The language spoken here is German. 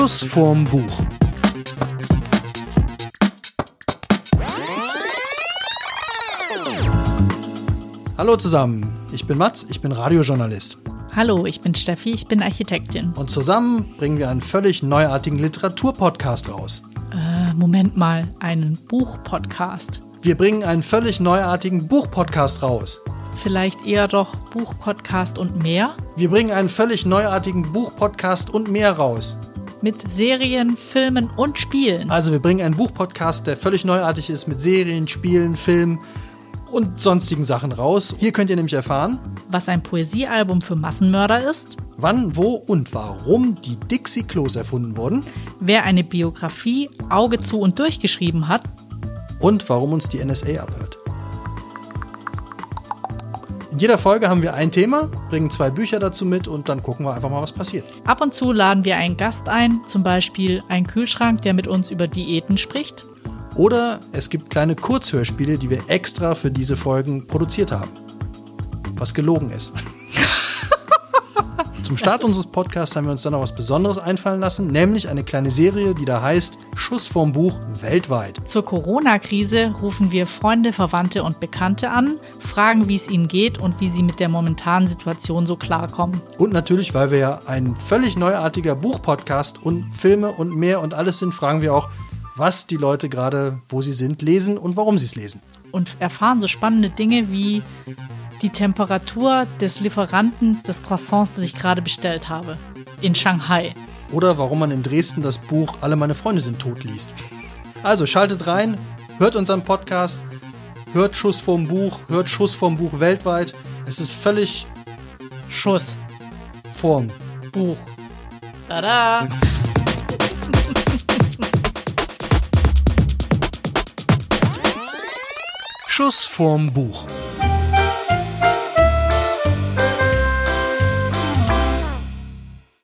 Schuss vorm Buch. Hallo zusammen, ich bin Mats, ich bin Radiojournalist. Hallo, ich bin Steffi, ich bin Architektin. Und zusammen bringen wir einen völlig neuartigen Literaturpodcast raus. Moment mal, einen Buchpodcast. Wir bringen einen völlig neuartigen Buchpodcast raus. Vielleicht eher doch Buchpodcast und mehr? Wir bringen einen völlig neuartigen Buchpodcast und mehr raus. Mit Serien, Filmen und Spielen. Also wir bringen einen Buchpodcast, der völlig neuartig ist, mit Serien, Spielen, Filmen und sonstigen Sachen raus. Hier könnt ihr nämlich erfahren, was ein Poesiealbum für Massenmörder ist, wann, wo und warum die Dixie-Klos erfunden wurden, wer eine Biografie Auge zu und durchgeschrieben hat und warum uns die NSA abhört. In jeder Folge haben wir ein Thema, bringen 2 Bücher dazu mit und dann gucken wir einfach mal, was passiert. Ab und zu laden wir einen Gast ein, zum Beispiel einen Kühlschrank, der mit uns über Diäten spricht. Oder es gibt kleine Kurzhörspiele, die wir extra für diese Folgen produziert haben. Was gelogen ist. Zum Start unseres Podcasts haben wir uns dann noch was Besonderes einfallen lassen, nämlich eine kleine Serie, die da heißt Schuss vorm Buch weltweit. Zur Corona-Krise rufen wir Freunde, Verwandte und Bekannte an, fragen, wie es ihnen geht und wie sie mit der momentanen Situation so klarkommen. Und natürlich, weil wir ja ein völlig neuartiger Buchpodcast und Filme und mehr und alles sind, fragen wir auch, was die Leute gerade, wo sie sind, lesen und warum sie es lesen. Und erfahren so spannende Dinge wie die Temperatur des Lieferanten des Croissants, das ich gerade bestellt habe, in Shanghai. Oder warum man in Dresden das Buch Alle meine Freunde sind tot liest. Also schaltet rein, hört unseren Podcast, hört Schuss vorm Buch weltweit. Es ist völlig Schuss vorm Buch. Tada! Schuss vorm Buch.